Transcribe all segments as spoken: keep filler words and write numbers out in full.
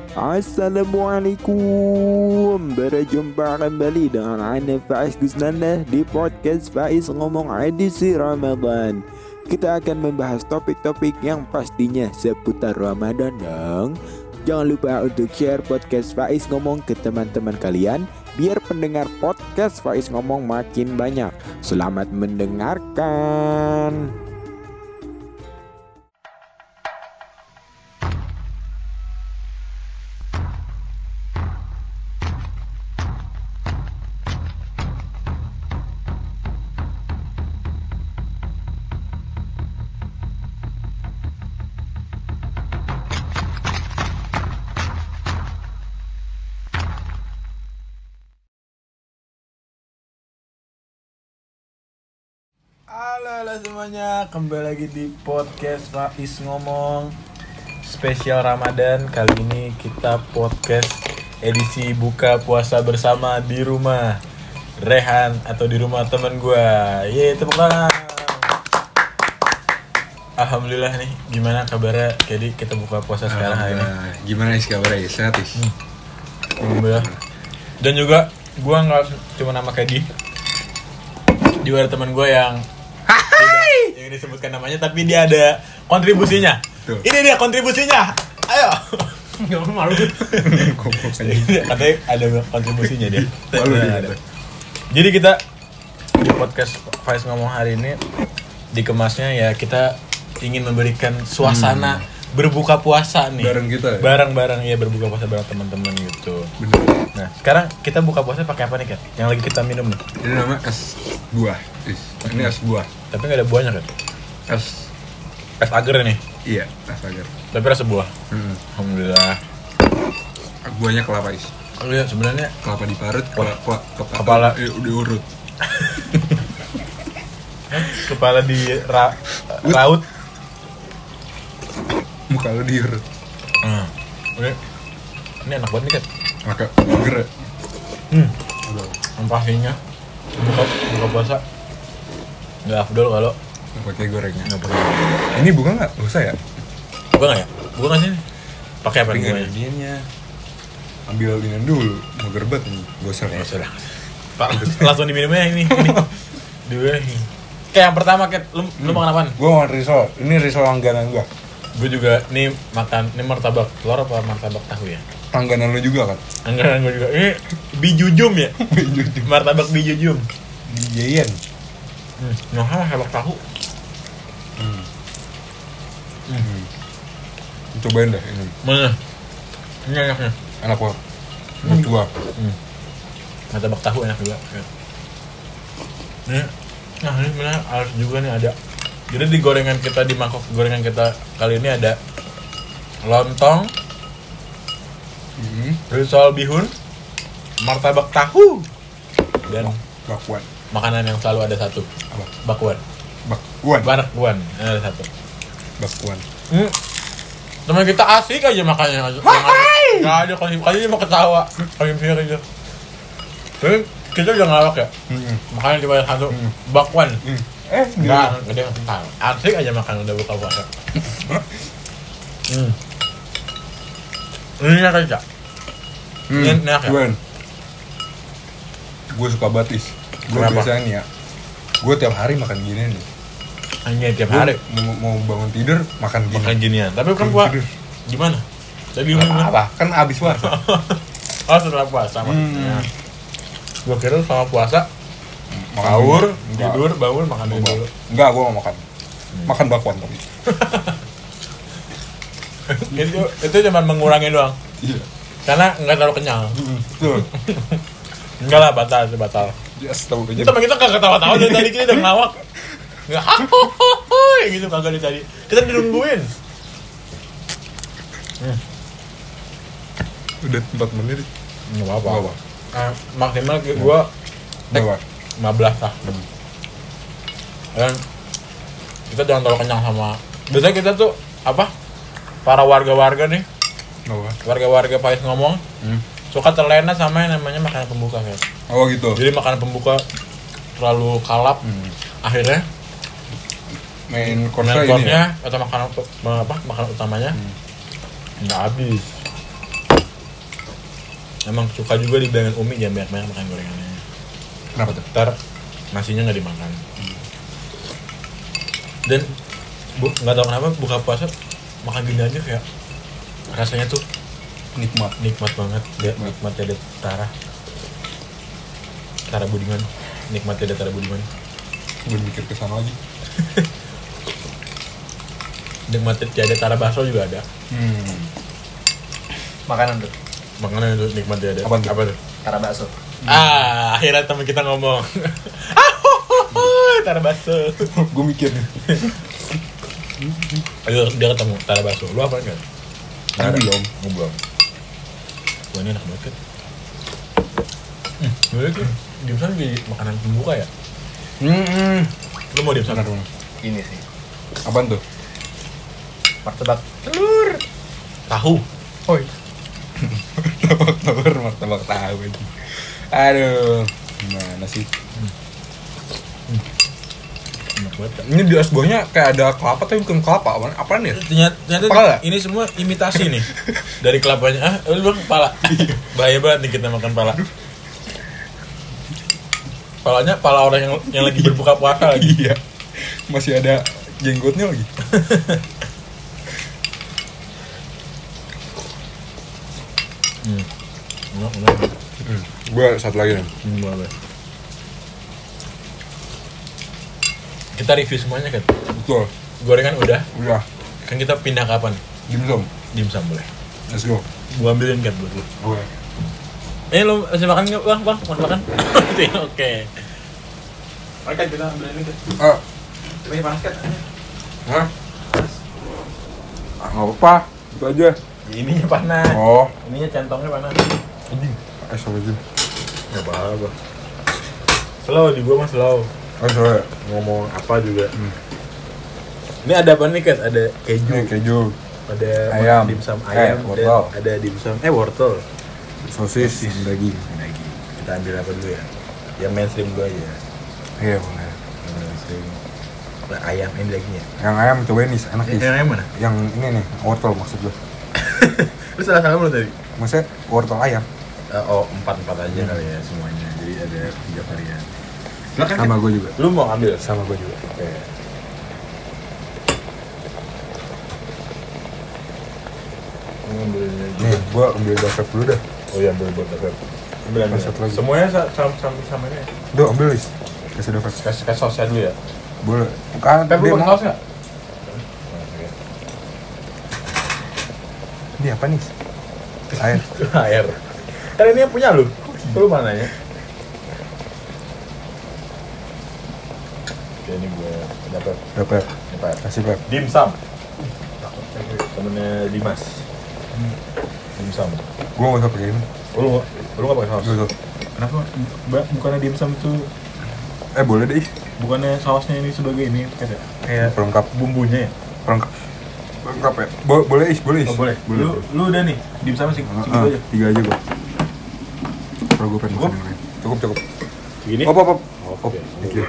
Assalamualaikum. Berjumpa kembali dengan Ana Faiz Gusnanda di podcast Faiz Ngomong edisi Ramadan. Kita akan membahas topik-topik yang pastinya seputar Ramadan dong. Jangan lupa untuk share podcast Faiz Ngomong ke teman-teman kalian, biar pendengar podcast Faiz Ngomong makin banyak. Selamat mendengarkan. Halo, halo semuanya, kembali lagi di podcast Faiz Ngomong spesial Ramadan. Kali ini kita podcast edisi buka puasa bersama di rumah Rehan atau di rumah teman gue. Yeay, tepuk tangan. Alhamdulillah nih, gimana kabarnya? Jadi kita buka puasa sekarang hari ini. Gimana sih kabarnya? Sehat is? Hmm. Alhamdulillah. Dan juga gue nggak cuma nama Kedi, juga ada teman gue yang tidak, yang disebutkan namanya, tapi dia ada kontribusinya. Tuh. Ini dia kontribusinya. Ayo. Gak malu. Katanya ada kontribusinya dia. Malu dia. Jadi kita di podcast Faiz Ngomong hari ini dikemasnya ya kita ingin memberikan suasana hmm. berbuka puasa nih. Bareng kita ya? Bareng-bareng ya berbuka puasa bareng teman-teman gitu. Bener. Nah, sekarang kita buka puasa pakai apa nih, Kat? Yang lagi kita minum nih. Ini namanya es buah. Is. Ini es buah. Tapi nggak ada buahnya, kan? Es Es agar nih. Iya, es agar. Tapi rasa buah. Hmm. Alhamdulillah. Buahnya kelapa is. Oh iya, sebenarnya Kelapa diparut, kepala, kepala, Kepala. eh, diurut. kepala di ra, raut. Muka lu diurut. Hmm. Oke. Ini enak banget nih, Kat. Maka gerak. Hmm. Yang pastinya buka buka puasa nggak afdol kalau Pakai gorengnya. nggak pakai. Ini buka nggak? Gak usah ya? Buka nggak ya? Buka nggak sih? Pakai apa Tinggal bunganya? ininya. Ambil ini dulu. Mau gerbat ini. Gak usah. Ya sudah. Langsung diminumnya ini. ini. Dua. Kayak yang pertama, Kat, lu hmm. lu makan apaan? Gue makan risol. Ini risol langganan gue. Gue juga nih makan ini martabak telur apa martabak tahu ya? Langganan lu juga kan? Enggak, gue juga. Ini bijujum ya? Bijujum. Martabak bijujum. Bijayan. Hmm, nah, martabak tahu. Hmm. Hmm. Cobain dah ini. Mana? Ini enaknya. Enak banget. Menurut gua. Hmm. Martabak tahu enak juga. Nih, nah ini sebenarnya harus juga nih ada. Jadi di gorengan kita, di mangkok gorengan kita kali ini ada lontong, Hmm. risol bihun, martabak tahu, dan Bakwan. makanan yang selalu ada satu, Apa? bakwan. Bakwan. Bakwan, ada satu. Bakwan. Hmm. Teman kita asik aja makannya aja. Nggak ada kasih kasih mau ketawa, kasih pikir aja. Tapi kita udah ngelawak ya. Hmm. Makanya cuma ada satu, Hmm. bakwan. Hmm. Eh, Enggak, gede kentang. Asik aja makan udah buka puasa. Hmm. Ini enak aja. Hmm. Ini enak ya? Gwen. Gue suka batis. Gue Kenapa? biasanya nih ya. Gue tiap hari makan gini nih. Hanya tiap Gua hari mau, mau bangun tidur makan gini. makan ginian. Tapi kan Bangun gua tidur. gimana? Tadi Nggak gimana? apa? Kan abis puasa. Oh, setelah puasa maksudnya. Hmm. Gua kira sama puasa Makan sahur, gini. tidur, bangun makan Enggak. dulu. Enggak, gue mau makan. Makan bakwan tapi. itu itu cuma mengurangi doang. Iya. Karena enggak terlalu kenyang. Betul. Enggak lah, batal, itu batal. Yes, tahu aja. Kita kita kagak ketawa-tawa dari tadi, kita udah ngelawak. Enggak hahaha gitu kagak dari tadi. Kita dinungguin. Hmm. Udah empat menit. Enggak apa-apa. Nggak apa. Eh, maksimal ke gua Berapa? lima belas lah. Hmm. Dan kita jangan terlalu kenyang sama. Biasanya kita tuh apa? Para warga-warga nih, Apa? warga-warga Faiz Ngomong, Hmm. suka terlena sama yang namanya makanan pembuka, kayak. Oh gitu. Jadi makanan pembuka terlalu kalap, Hmm. akhirnya Main course main ini course-nya ya. atau makanan apa? Makanan utamanya Hmm. nggak habis. emang suka juga dibilangin Umi jangan banyak-banyak makan gorengannya. Kenapa tuh? Ntar nasinya nggak dimakan. Dan bu nggak tahu kenapa buka puasa makan gini aja kayak rasanya tuh Nikmat. nikmat banget. Dia nikmatnya ada Tara. Tara Budiman. Nikmatnya ada Tara Budiman. Gue mikir kesana lagi. Nikmatnya ada Tara Bakso juga ada. Hmm. Makanan tuh. Makanan itu nikmatnya ada. Apaan tuh? Apa tuh? Tara bakso. Ah, akhirnya teman kita ngomong. Tara Bakso. Gue mikir nih. Ayo dia ketemu Tara Bakso. Lu apa enggak? Kan belum. Oh, belum. Wah, ini enak banget kan. Hmm, boleh kan? Dimsum di makanan pembuka ya? Hmm. Lu mau dimsum? Benar benar. Ini sih. Apaan tuh? Martabak. Telur. Tahu. Oi. Martabak telur, martabak tahu aja. Aduh. Gimana sih? Enak banget kan? Ini di es buahnya kayak ada kelapa tapi bukan kelapa. Apaan, apaan ya? Ternyata, ternyata Kepala? ini semua imitasi nih dari kelapanya. Ah, lu bilang kepala. Bahaya banget nih kita makan pala. Palanya pala orang yang yang lagi berbuka puasa lagi. Iya. Masih ada jenggotnya lagi. Hmm. Enak, enak. Hmm. Gue satu lagi nih. Hmm, boleh. Kita review semuanya kan. Betul. Gorengan udah. Udah. Kan kita pindah kapan? Dimsum. Dimsum boleh. Let's go. Gua ambilin kan buat lu. Oke. Eh lu masih makan nggak bang? Bang mau makan? Oke. Oke kita ambilin ini kan. Ah. Coba panas kan? Hah? Ah, nggak apa-apa. Itu aja. Ininya panas. Oh. Ininya centongnya panas. Anjing. Eh, sorry aja. Gak apa-apa. Slow di gua mah slow. Oh, sorry. Ngomong apa juga. Hmm. Ini ada apa nih kan? Ada keju. Ini keju. Ada Ayam. dimsum Eh, ayam wortel. dan ada dimsum eh wortel. Sosis, Sosis. daging. Daging. Kita ambil apa dulu ya? Yang mainstream dulu aja. Iya, boleh. Yang mainstream. Nah, ayam ini dagingnya. Yang ayam cobain nih, enak nih. Yang ayam mana? Yang ini nih, wortel maksud gue. Lu salah salah belum tadi? Maksudnya wortel ayam. Uh, oh empat empat aja kali ya semuanya. Jadi ada tiga varian. Silakan. Sama gue juga. Lu mau ambil? Sama gue juga. Oke. Ngambilnya Nih, gue ambil daftar dulu dah. Oh iya, ambil buat dapet. Ambil ambil. Satu lagi. Semuanya sa- sama sama sama ini. Duh, ambil Lis. Kasih daftar. Kasih kasih sausnya dulu ya. Boleh. Bukan, Tapi dia lu pakai mau. saus nggak? Ini apa nih? Air. Air. Kan ini yang punya lu. Lu mana ya? Oke, ini gue dapat. Dapat. Dapat. Kasih Pep. Dimsum. Temennya Dimas. Dimsum. Gue nggak usah pakai ini. Oh, lu nggak, lu nggak pakai saus? Nggak usah. Kenapa? Mbak, bukannya dimsum tuh, Eh, boleh deh. bukannya sausnya ini sebagai ini kayak kayak Pelengkap. bumbunya ya? Pelengkap. Pelengkap ya. Bo- boleh Is, boleh Is. Oh, boleh. Boleh. Lu, lu udah nih dimsum sih, Ah, segitu ah, aja. tiga aja gue. Kalau gue pengen Cukup? makan yang lain. Cukup, cukup. Segini? Op, op, op. Op, Oke. dikit.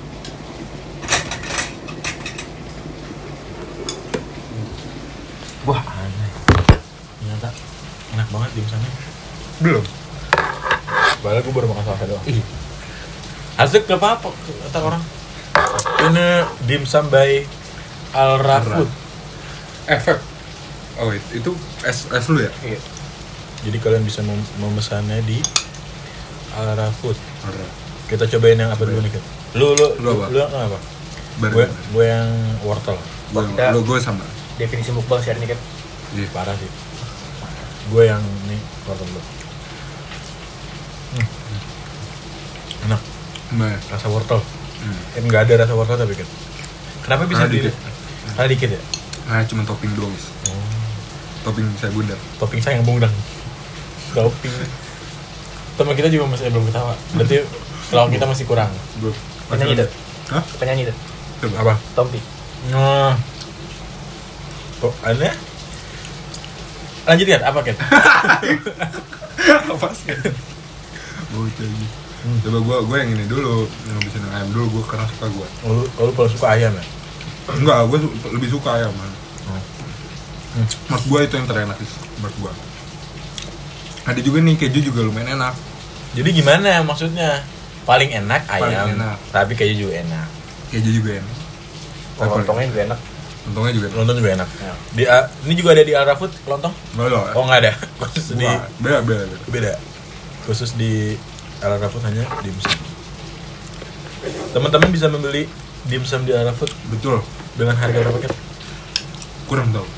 Wah, aneh. Ternyata enak banget dimsumnya. Belum. Padahal gue baru makan sausnya doang. Ih. Asik gak apa-apa kata orang. Ini dimsum by Al Rafud. Efek. Oh, it- itu es es lu ya? Iya. Jadi kalian bisa mem- memesannya di Al Rafud. Kita cobain yang apa dulu nih, Kit? Lu lu Lu apa? Lu yang apa? Bar- Gue gue yang wortel. Gue Kita- lu gue sama. Definisi mukbang sih hari ini kan. Iya. Parah sih. Gue yang nih wortel dulu. Hmm. Enak, Nah, rasa wortel. hmm. Kan nggak ada rasa wortel tapi kan. Kenapa bisa Karena di? dikit. Karena dikit ya. Nah, cuma topping doang, Is. Topping saya bundar. Topping sayang bundang. Topping. Teman kita juga masih belum ketawa. Berarti lawan kita masih kurang. Gue. Penyanyi tuh. Hah? Penyanyi tuh. Apa? Tompi. Nah. Kok aneh? Lanjut kan? Apa kan? Apa sih? Bocah aja. Coba gue gue yang ini dulu, yang ngabisin yang ayam dulu. Gue karena suka gue. Lu, lu paling suka ayam ya? Enggak, gue su- lebih suka ayam man. Oh. Mas gue itu yang terenak Is, menurut gue. Ada juga nih keju juga lumayan enak. Jadi gimana maksudnya? Paling enak Paling ayam, enak. tapi keju juga enak. Keju juga enak. Oh, lontongnya juga enak. Lontongnya juga enak. Lontong juga enak. Ya. Di uh, ini juga ada di Al Rafud lontong? Enggak loh. Oh nggak ada. Khusus di beda, beda, beda. beda. Khusus di Al Rafud hanya dimsum. Teman-teman bisa membeli dimsum di Al Rafud Betul. dengan harga berapa Ket? Kurang tahu.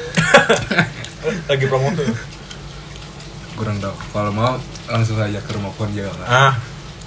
Lagi promo tuh. Kurang tahu. Kalau mau langsung aja ke rumah Kon Jaga. Ah,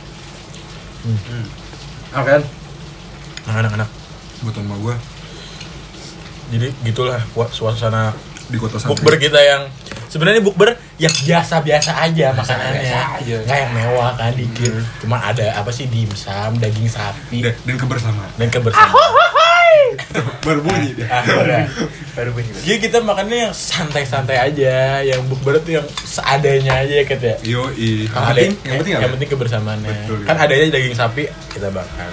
Ah kan? anak-anak. Buat rumah gua Jadi gitulah buat suasana di kota Santri. bukber kita yang sebenarnya bukber yang biasa-biasa aja makanannya. Biasa aja. Nggak yang mewah kan dikit. Cuma ada apa sih dimsum, daging sapi dan, dan kebersamaan. dan kebersamaan. Baru bunyi dia. Ah, udah. Baru bunyi. Jadi kita makannya yang santai-santai aja, yang bukber tuh yang seadanya aja Ket ya. Yo, i. Yang Yang penting, yang penting apa? yang penting kebersamaannya. Betul, Kan ya. adanya daging sapi kita bakar.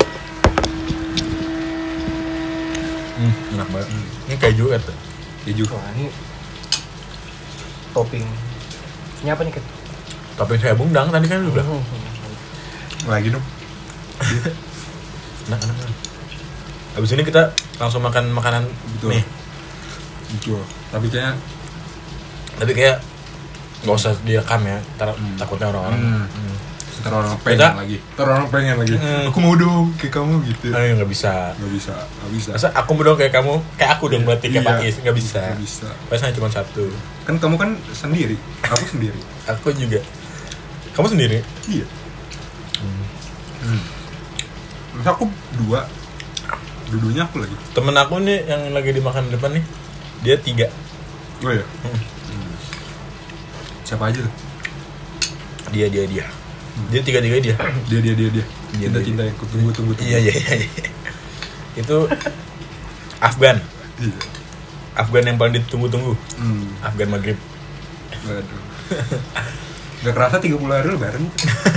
Hmm, enak banget. Ini keju kan tuh. Keju. Wah, ini topping. Ini apa nih, Ket? Topping saya bundang tadi kan udah. Lagi dong. Enak, enak, enak. Habis ini kita langsung makan makanan Betul. nih. Betul. Tapi kayaknya Tapi kayak nggak usah direkam ya, ntar takutnya orang-orang. Hmm. Hmm. ntar orang pengen Kita- lagi. Ntar orang pengen lagi. Hmm. Aku mau dong kayak kamu gitu. Eh, nggak bisa. Gak bisa, gak bisa. Masa aku mau dong kayak kamu, kayak aku dong berarti kayak Iya. Pak Is, nggak bisa. Gak bisa. Pastinya cuma satu. Kan kamu kan sendiri. Aku sendiri. Aku juga. Kamu sendiri? Iya. Hmm. Terus aku dua. Dudunya aku lagi. Temen aku nih yang lagi dimakan depan nih, dia tiga. Oh iya. Hmm. Hmm. Siapa aja tuh? Dia, dia, dia. Dia tiga-tiga dia. Dia dia dia dia. Dia, Cinta-cinta dia. yang kutunggu tunggu tunggu. Iya, iya, iya. iya. Itu Afgan. Iya. Afgan yang paling ditunggu-tunggu. Hmm. Afgan Maghrib. Waduh. Gak kerasa tiga puluh hari lebaran.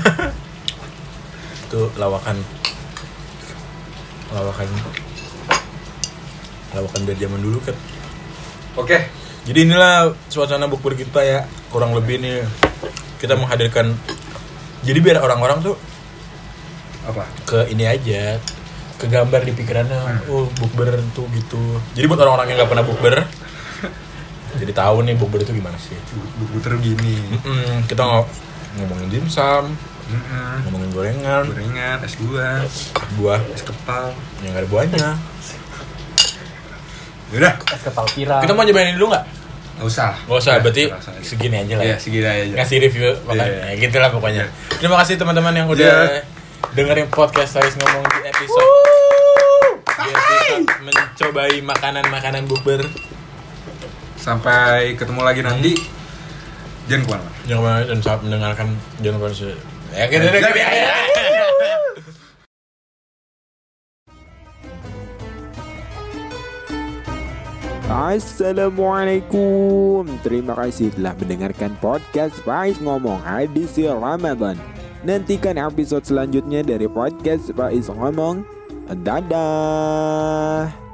Itu lawakan lawakan lawakan dari zaman dulu kan. Oke. Jadi inilah suasana bukber kita ya, kurang lebih nih kita menghadirkan. Jadi biar orang-orang tuh Apa? ke ini aja, ke gambar di pikirannya, oh bukber tuh gitu. Jadi buat orang-orang yang nggak pernah bukber, jadi tahu nih bukber itu gimana sih. Puter gini. Mm-mm, kita ng- ngomongin dimsum, Mm-mm. ngomongin gorengan, Gorengan, es buah, buah es kepal. yang nggak ada buahnya. Yaudah. Es kepal pirang. Kita mau nyobain ini dulu nggak? Gak usah. Nggak usah, Udah, berarti terasa aja. segini aja lah. Iya, Ya. segini aja. Ngasih review makanya Iya. ya, gitulah pokoknya. Terima kasih teman-teman yang udah Iya. dengerin podcast saya ngomong di episode di episode mencobai makanan-makanan bukber. Sampai ketemu lagi nanti. Jangan kemana-mana. Jangan lupa dan saat mendengarkan jangan lupa se- ya gitu deh. Iya, iya, iya. Assalamualaikum. Terima kasih telah mendengarkan podcast Faiz Ngomong edisi Ramadan. Nantikan episode selanjutnya dari podcast Faiz Ngomong. Dadah.